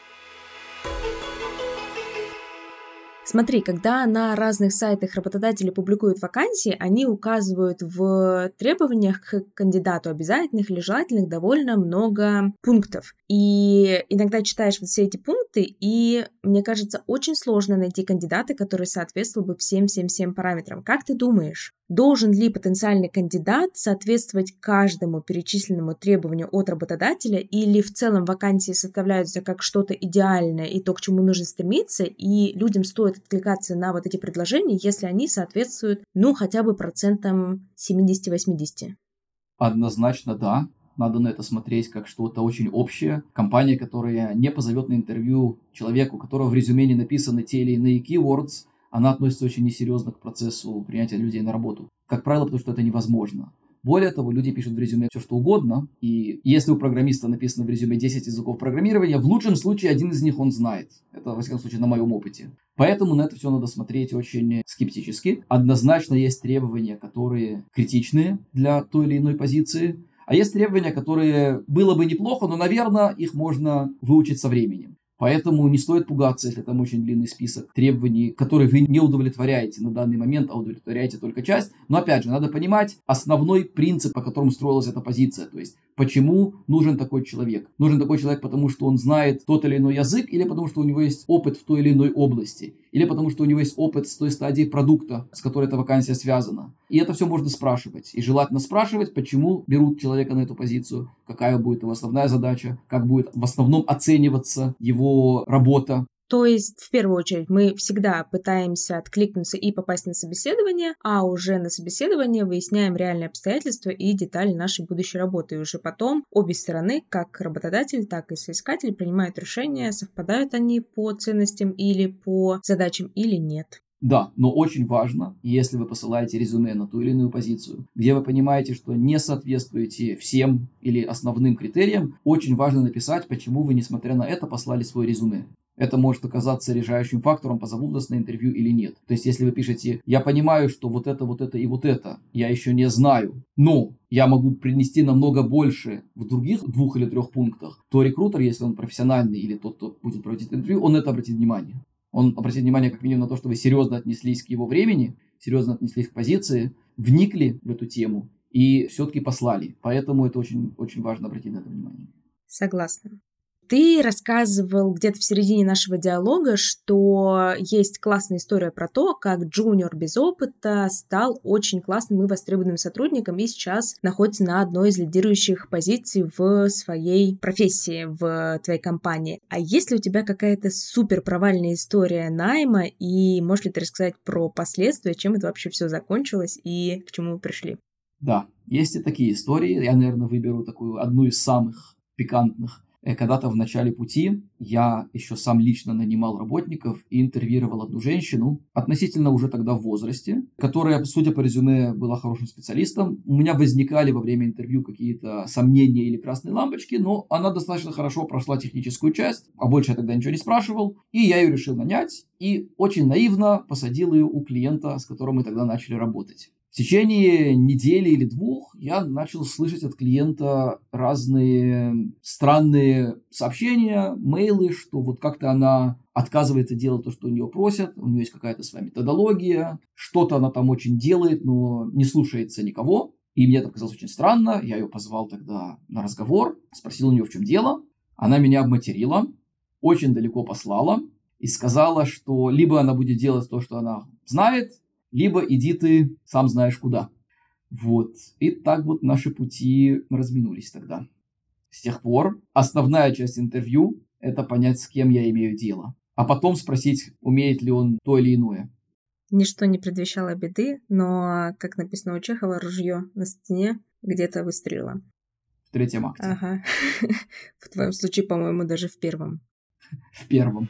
Смотри, когда на разных сайтах работодатели публикуют вакансии, они указывают в требованиях к кандидату, обязательных или желательных, довольно много пунктов. И иногда читаешь вот все эти пункты, и, мне кажется, очень сложно найти кандидата, который соответствовал бы всем-всем-всем параметрам. Как ты думаешь, должен ли потенциальный кандидат соответствовать каждому перечисленному требованию от работодателя, или в целом вакансии составляются как что-то идеальное и то, к чему нужно стремиться, и людям стоит откликаться на вот эти предложения, если они соответствуют, ну, хотя бы процентам семьдесят-восемьдесят? Однозначно да. Надо на это смотреть как что-то очень общее. Компания, которая не позовет на интервью человеку, у которого в резюме не написаны те или иные keywords, она относится очень несерьезно к процессу принятия людей на работу. Как правило, потому что это невозможно. Более того, люди пишут в резюме все, что угодно, и если у программиста написано в резюме десять языков программирования, в лучшем случае один из них он знает. Это, во всяком случае, на моем опыте. Поэтому на это все надо смотреть очень скептически. Однозначно есть требования, которые критичные для той или иной позиции, а есть требования, которые было бы неплохо, но, наверное, их можно выучить со временем. Поэтому не стоит пугаться, если там очень длинный список требований, которые вы не удовлетворяете на данный момент, а удовлетворяете только часть. Но опять же, надо понимать основной принцип, по которому строилась эта позиция. То есть, почему нужен такой человек? Нужен такой человек, потому что он знает тот или иной язык, или потому что у него есть опыт в той или иной области, или потому что у него есть опыт с той стадии продукта, с которой эта вакансия связана. И это все можно спрашивать. И желательно спрашивать, почему берут человека на эту позицию, какая будет его основная задача, как будет в основном оцениваться его работа. То есть, в первую очередь, мы всегда пытаемся откликнуться и попасть на собеседование, а уже на собеседование выясняем реальные обстоятельства и детали нашей будущей работы. И уже потом обе стороны, как работодатель, так и соискатель, принимают решение, совпадают они по ценностям или по задачам или нет. Да, но очень важно, если вы посылаете резюме на ту или иную позицию, где вы понимаете, что не соответствуете всем или основным критериям, очень важно написать, почему вы, несмотря на это, послали свое резюме. Это может оказаться решающим фактором, позовут вас на интервью или нет. То есть, если вы пишете: я понимаю, что вот это, вот это и вот это я еще не знаю, но я могу принести намного больше в других двух или трех пунктах, то рекрутер, если он профессиональный или тот, кто будет проводить интервью, он на это обратит внимание. Он обратит внимание как минимум на то, что вы серьезно отнеслись к его времени, серьезно отнеслись к позиции, вникли в эту тему и все-таки послали. Поэтому это очень, очень важно обратить на это внимание. Согласна. Ты рассказывал где-то в середине нашего диалога, что есть классная история про то, как джуниор без опыта стал очень классным и востребованным сотрудником и сейчас находится на одной из лидирующих позиций в своей профессии в твоей компании. А есть ли у тебя какая-то супер провальная история найма, и можешь ли ты рассказать про последствия, чем это вообще все закончилось и к чему вы пришли? Да, есть и такие истории. Я, наверное, выберу такую одну из самых пикантных. Когда-то в начале пути я еще сам лично нанимал работников и интервьюировал одну женщину, относительно уже тогда в возрасте, которая, судя по резюме, была хорошим специалистом. У меня возникали во время интервью какие-то сомнения или красные лампочки, но она достаточно хорошо прошла техническую часть, а больше я тогда ничего не спрашивал, и я ее решил нанять, и очень наивно посадил ее у клиента, с которым мы тогда начали работать. В течение недели или двух я начал слышать от клиента разные странные сообщения, мейлы, что вот как-то она отказывается делать то, что у нее просят, у нее есть какая-то своя методология, что-то она там очень делает, но не слушается никого. И мне это показалось очень странно. Я ее позвал тогда на разговор, спросил у нее, в чем дело. Она меня обматерила, очень далеко послала и сказала, что либо она будет делать то, что она знает, либо иди ты сам знаешь куда. Вот. И так вот наши пути разминулись тогда. С тех пор основная часть интервью – это понять, с кем я имею дело. А потом спросить, умеет ли он то или иное. Ничто не предвещало беды, но, как написано у Чехова, ружье на стене где-то выстрелило. В третьем акте. Ага. В твоем случае, по-моему, даже в первом. В первом.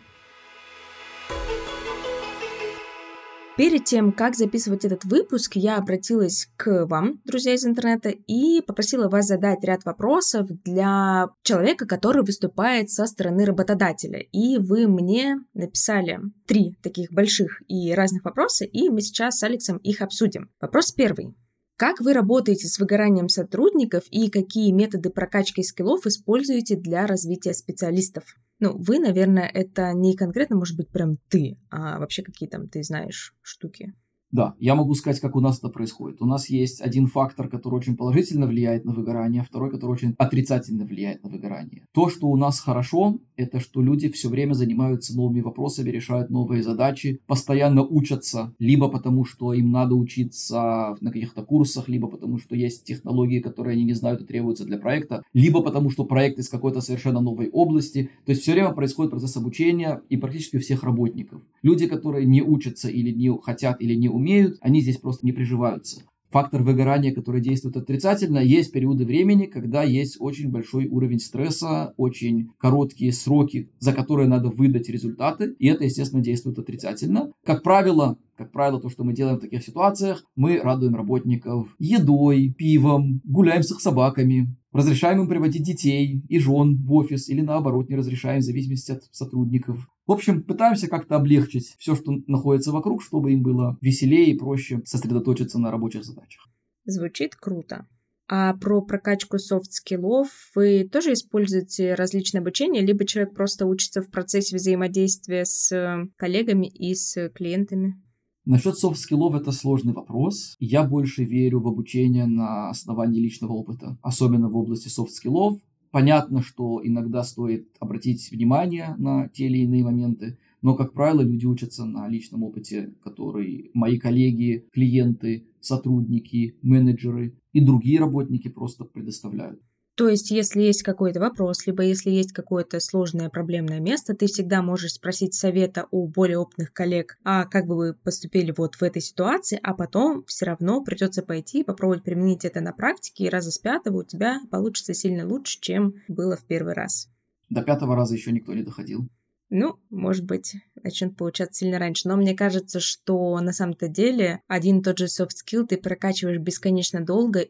Перед тем, как записывать этот выпуск, я обратилась к вам, друзья из интернета, и попросила вас задать ряд вопросов для человека, который выступает со стороны работодателя. И вы мне написали три таких больших и разных вопроса, и мы сейчас с Алексом их обсудим. Вопрос первый. Как вы работаете с выгоранием сотрудников и какие методы прокачки скиллов используете для развития специалистов? Ну, вы, наверное, это не конкретно, может быть, прям ты, а вообще какие там ты знаешь штуки. Да, я могу сказать, как у нас это происходит. У нас есть один фактор, который очень положительно влияет на выгорание, второй, который очень отрицательно влияет на выгорание. То, что у нас хорошо, это что люди все время занимаются новыми вопросами, решают новые задачи, постоянно учатся, либо потому, что им надо учиться на каких-то курсах, либо потому, что есть технологии, которые они не знают и требуются для проекта, либо потому, что проект из какой-то совершенно новой области. То есть все время происходит процесс обучения и практически у всех работников. Люди, которые не учатся или не хотят, или не умеют, они здесь просто не приживаются. Фактор выгорания, который действует отрицательно, есть периоды времени, когда есть очень большой уровень стресса, очень короткие сроки, за которые надо выдать результаты, и это, естественно, действует отрицательно. Как правило, как правило, то, что мы делаем в таких ситуациях, мы радуем работников едой, пивом, гуляем с их собаками, разрешаем им приводить детей и жен в офис, или наоборот, не разрешаем, в зависимости от сотрудников. В общем, пытаемся как-то облегчить все, что находится вокруг, чтобы им было веселее и проще сосредоточиться на рабочих задачах. Звучит круто. А про прокачку софт-скиллов вы тоже используете различные обучения, либо человек просто учится в процессе взаимодействия с коллегами и с клиентами? Насчет софт-скиллов это сложный вопрос. Я больше верю в обучение на основании личного опыта, особенно в области софт-скиллов. Понятно, что иногда стоит обратить внимание на те или иные моменты, но, как правило, люди учатся на личном опыте, который мои коллеги, клиенты, сотрудники, менеджеры и другие работники просто предоставляют. То есть, если есть какой-то вопрос, либо если есть какое-то сложное проблемное место, ты всегда можешь спросить совета у более опытных коллег, а как бы вы поступили вот в этой ситуации, а потом все равно придется пойти и попробовать применить это на практике, и раза с пятого у тебя получится сильно лучше, чем было в первый раз. До пятого раза еще никто не доходил. Ну, может быть, начнет получаться сильно раньше. Но мне кажется, что на самом-то деле один и тот же soft skill ты прокачиваешь бесконечно долго,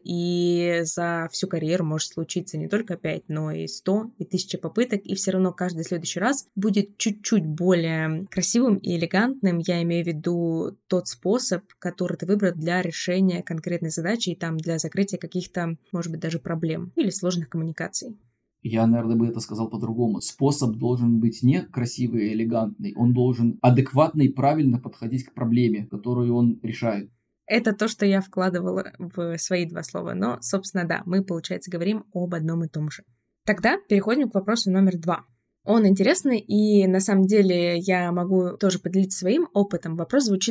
и за всю карьеру может случиться не только пять, но и сто, и тысяча попыток, и все равно каждый следующий раз будет чуть-чуть более красивым и элегантным. Я имею в виду тот способ, который ты выбрал для решения конкретной задачи и там для закрытия каких-то, может быть, даже проблем или сложных коммуникаций. Я, наверное, бы это сказал по-другому. Способ должен быть не красивый и элегантный, он должен адекватно и правильно подходить к проблеме, которую он решает. Это то, что я вкладывала в свои два слова, но, собственно, да, мы, получается, говорим об одном и том же. Тогда переходим к вопросу номер два. Он интересный, и на самом деле я могу тоже поделиться своим опытом. Вопрос звучит так.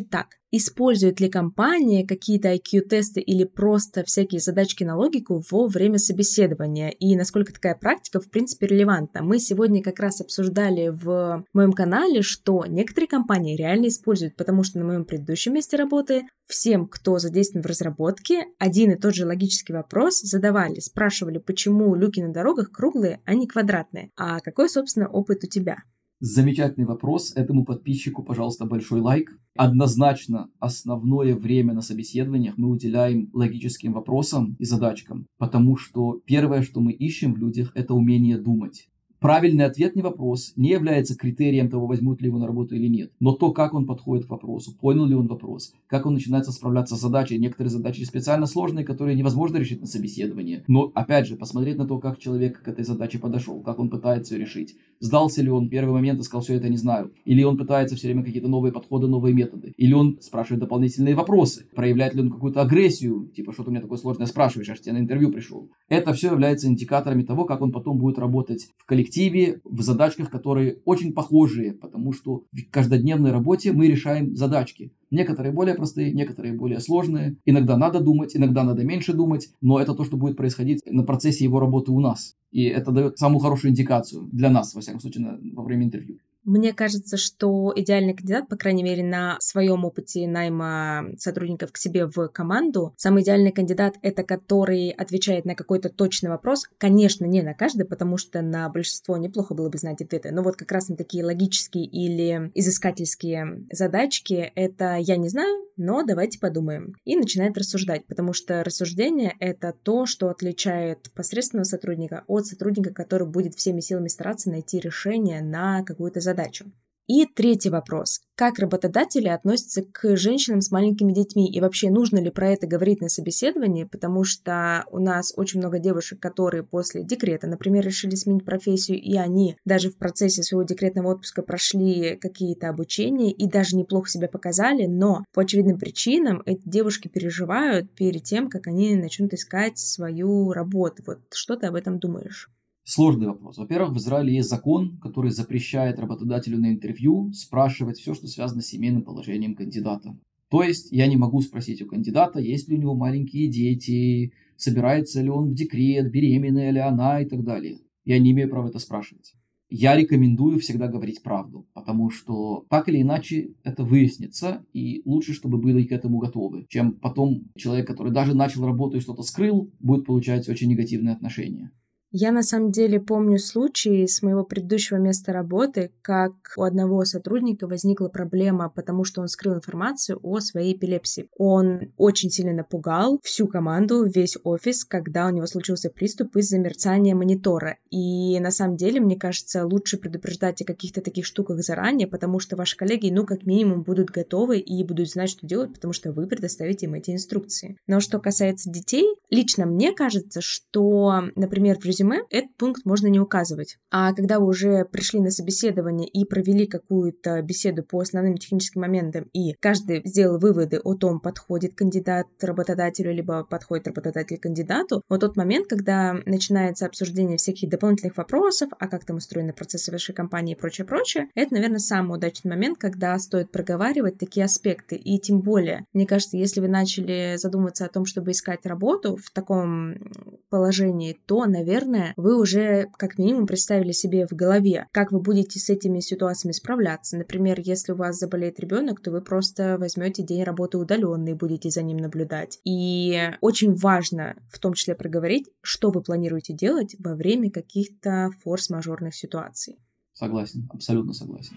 Использует ли компания какие-то ай кью-тесты или просто всякие задачки на логику во время собеседования? И насколько такая практика, в принципе, релевантна? Мы сегодня как раз обсуждали в моем канале, что некоторые компании реально используют, потому что на моем предыдущем месте работы всем, кто задействован в разработке, один и тот же логический вопрос задавали, спрашивали, почему люки на дорогах круглые, а не квадратные. А какой, собственно, опыт у тебя? Замечательный вопрос. Этому подписчику, пожалуйста, большой лайк. Однозначно основное время на собеседованиях мы уделяем логическим вопросам и задачкам, потому что первое, что мы ищем в людях, это умение думать. Правильный ответ на вопрос не является критерием того, возьмут ли его на работу или нет. Но то, как он подходит к вопросу, понял ли он вопрос, как он начинает справляться с задачей. Некоторые задачи специально сложные, которые невозможно решить на собеседовании. Но, опять же, посмотреть на то, как человек к этой задаче подошел, как он пытается ее решить. Сдался ли он в первый момент и сказал, все это не знаю. Или он пытается все время какие-то новые подходы, новые методы. Или он спрашивает дополнительные вопросы. Проявляет ли он какую-то агрессию, типа, что ты мне такое сложное спрашиваешь, я же тебе на интервью пришел. Это все является индикаторами того, как он потом будет работать в коллективе, в задачках, которые очень похожие, потому что в каждодневной работе мы решаем задачки. Некоторые более простые, некоторые более сложные. Иногда надо думать, иногда надо меньше думать, но это то, что будет происходить на процессе его работы у нас. И это дает самую хорошую индикацию для нас, во всяком случае, на, во время интервью. Мне кажется, что идеальный кандидат, по крайней мере, на своем опыте найма сотрудников к себе в команду, самый идеальный кандидат — это который отвечает на какой-то точный вопрос. Конечно, не на каждый, потому что на большинство неплохо было бы знать ответы, но вот как раз на такие логические или изыскательские задачки — это «я не знаю, но давайте подумаем». И начинает рассуждать, потому что рассуждение — это то, что отличает посредственного сотрудника от сотрудника, который будет всеми силами стараться найти решение на какую-то задачу. задачу. И третий вопрос. Как работодатели относятся к женщинам с маленькими детьми? И вообще, нужно ли про это говорить на собеседовании? Потому что у нас очень много девушек, которые после декрета, например, решили сменить профессию, и они даже в процессе своего декретного отпуска прошли какие-то обучения и даже неплохо себя показали, но по очевидным причинам эти девушки переживают перед тем, как они начнут искать свою работу. Вот что ты об этом думаешь? Сложный вопрос. Во-первых, в Израиле есть закон, который запрещает работодателю на интервью спрашивать все, что связано с семейным положением кандидата. То есть я не могу спросить у кандидата, есть ли у него маленькие дети, собирается ли он в декрет, беременная ли она и так далее. Я не имею права это спрашивать. Я рекомендую всегда говорить правду, потому что так или иначе это выяснится, и лучше, чтобы были к этому готовы, чем потом человек, который даже начал работу и что-то скрыл, будет получать очень негативные отношения. Я на самом деле помню случай с моего предыдущего места работы, как у одного сотрудника возникла проблема, потому что он скрыл информацию о своей эпилепсии. Он очень сильно напугал всю команду, весь офис, когда у него случился приступ из-за мерцания монитора. И на самом деле, мне кажется, лучше предупреждать о каких-то таких штуках заранее, потому что ваши коллеги, ну, как минимум, будут готовы и будут знать, что делать, потому что вы предоставите им эти инструкции. Но что касается детей, лично мне кажется, что, например, в резюме этот пункт можно не указывать. А когда вы уже пришли на собеседование и провели какую-то беседу по основным техническим моментам, и каждый сделал выводы о том, подходит кандидат работодателю, либо подходит работодатель кандидату, вот тот момент, когда начинается обсуждение всяких дополнительных вопросов, а как там устроены процессы вашей компании и прочее-прочее, это, наверное, самый удачный момент, когда стоит проговаривать такие аспекты. И тем более, мне кажется, если вы начали задумываться о том, чтобы искать работу в таком положении, то, наверное, вы уже как минимум представили себе в голове, как вы будете с этими ситуациями справляться. Например, если у вас заболеет ребенок, то вы просто возьмете день работы удаленный и будете за ним наблюдать. И очень важно в том числе проговорить, что вы планируете делать во время каких-то форс-мажорных ситуаций. Согласен, абсолютно согласен.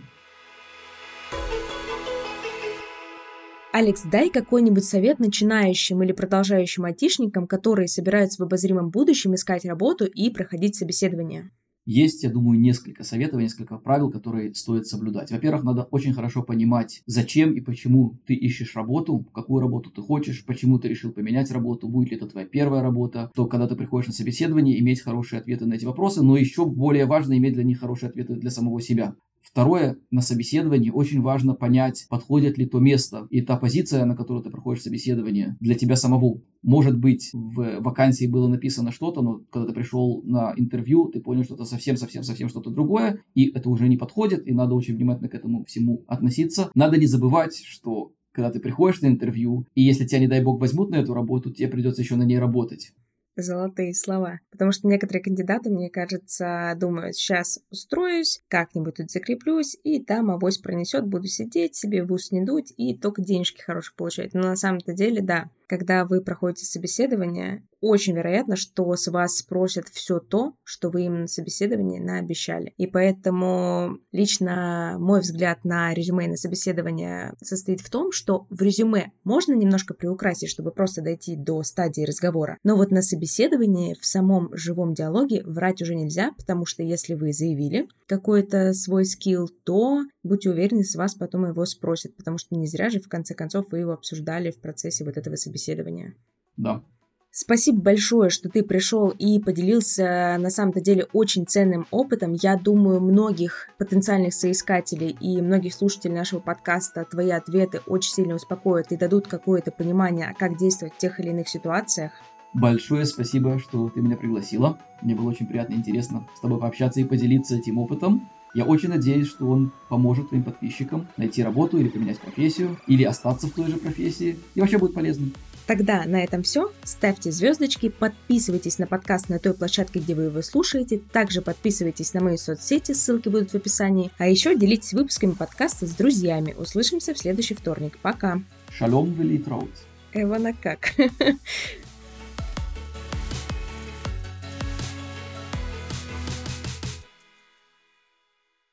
Алекс, дай какой-нибудь совет начинающим или продолжающим айтишникам, которые собираются в обозримом будущем искать работу и проходить собеседование. Есть, я думаю, несколько советов, несколько правил, которые стоит соблюдать. Во-первых, надо очень хорошо понимать, зачем и почему ты ищешь работу, какую работу ты хочешь, почему ты решил поменять работу, будет ли это твоя первая работа. То, когда ты приходишь на собеседование, иметь хорошие ответы на эти вопросы, но еще более важно иметь для них хорошие ответы для самого себя. Второе, на собеседовании очень важно понять, подходит ли то место и та позиция, на которую ты проходишь собеседование, для тебя самого. Может быть, в вакансии было написано что-то, но когда ты пришел на интервью, ты понял, что это совсем-совсем-совсем что-то другое, и это уже не подходит, и надо очень внимательно к этому всему относиться. Надо не забывать, что когда ты приходишь на интервью, и если тебя, не дай бог, возьмут на эту работу, тебе придется еще на ней работать. Золотые слова. Потому что некоторые кандидаты, мне кажется, думают, сейчас устроюсь, как-нибудь тут закреплюсь, и там авось пронесет, буду сидеть себе, в ус не дуть, и только денежки хорошие получать. Но на самом-то деле, да, когда вы проходите собеседование, очень вероятно, что с вас спросят все то, что вы им на собеседовании наобещали. И поэтому лично мой взгляд на резюме и на собеседование состоит в том, что в резюме можно немножко приукрасить, чтобы просто дойти до стадии разговора. Но вот на собеседовании в самом живом диалоге врать уже нельзя, потому что если вы заявили какой-то свой скилл, то будьте уверены, с вас потом его спросят, потому что не зря же, в конце концов, вы его обсуждали в процессе вот этого собеседования. Да. Спасибо большое, что ты пришел и поделился на самом-то деле очень ценным опытом. Я думаю, многих потенциальных соискателей и многих слушателей нашего подкаста твои ответы очень сильно успокоят и дадут какое-то понимание, как действовать в тех или иных ситуациях. Большое спасибо, что ты меня пригласила. Мне было очень приятно и интересно с тобой пообщаться и поделиться этим опытом. Я очень надеюсь, что он поможет твоим подписчикам найти работу или поменять профессию, или остаться в той же профессии, и вообще будет полезным. Тогда на этом все. Ставьте звездочки, подписывайтесь на подкаст на той площадке, где вы его слушаете. Также подписывайтесь на мои соцсети, ссылки будут в описании. А еще делитесь выпусками подкаста с друзьями. Услышимся в следующий вторник. Пока. Шалом велитраут. Эвана как?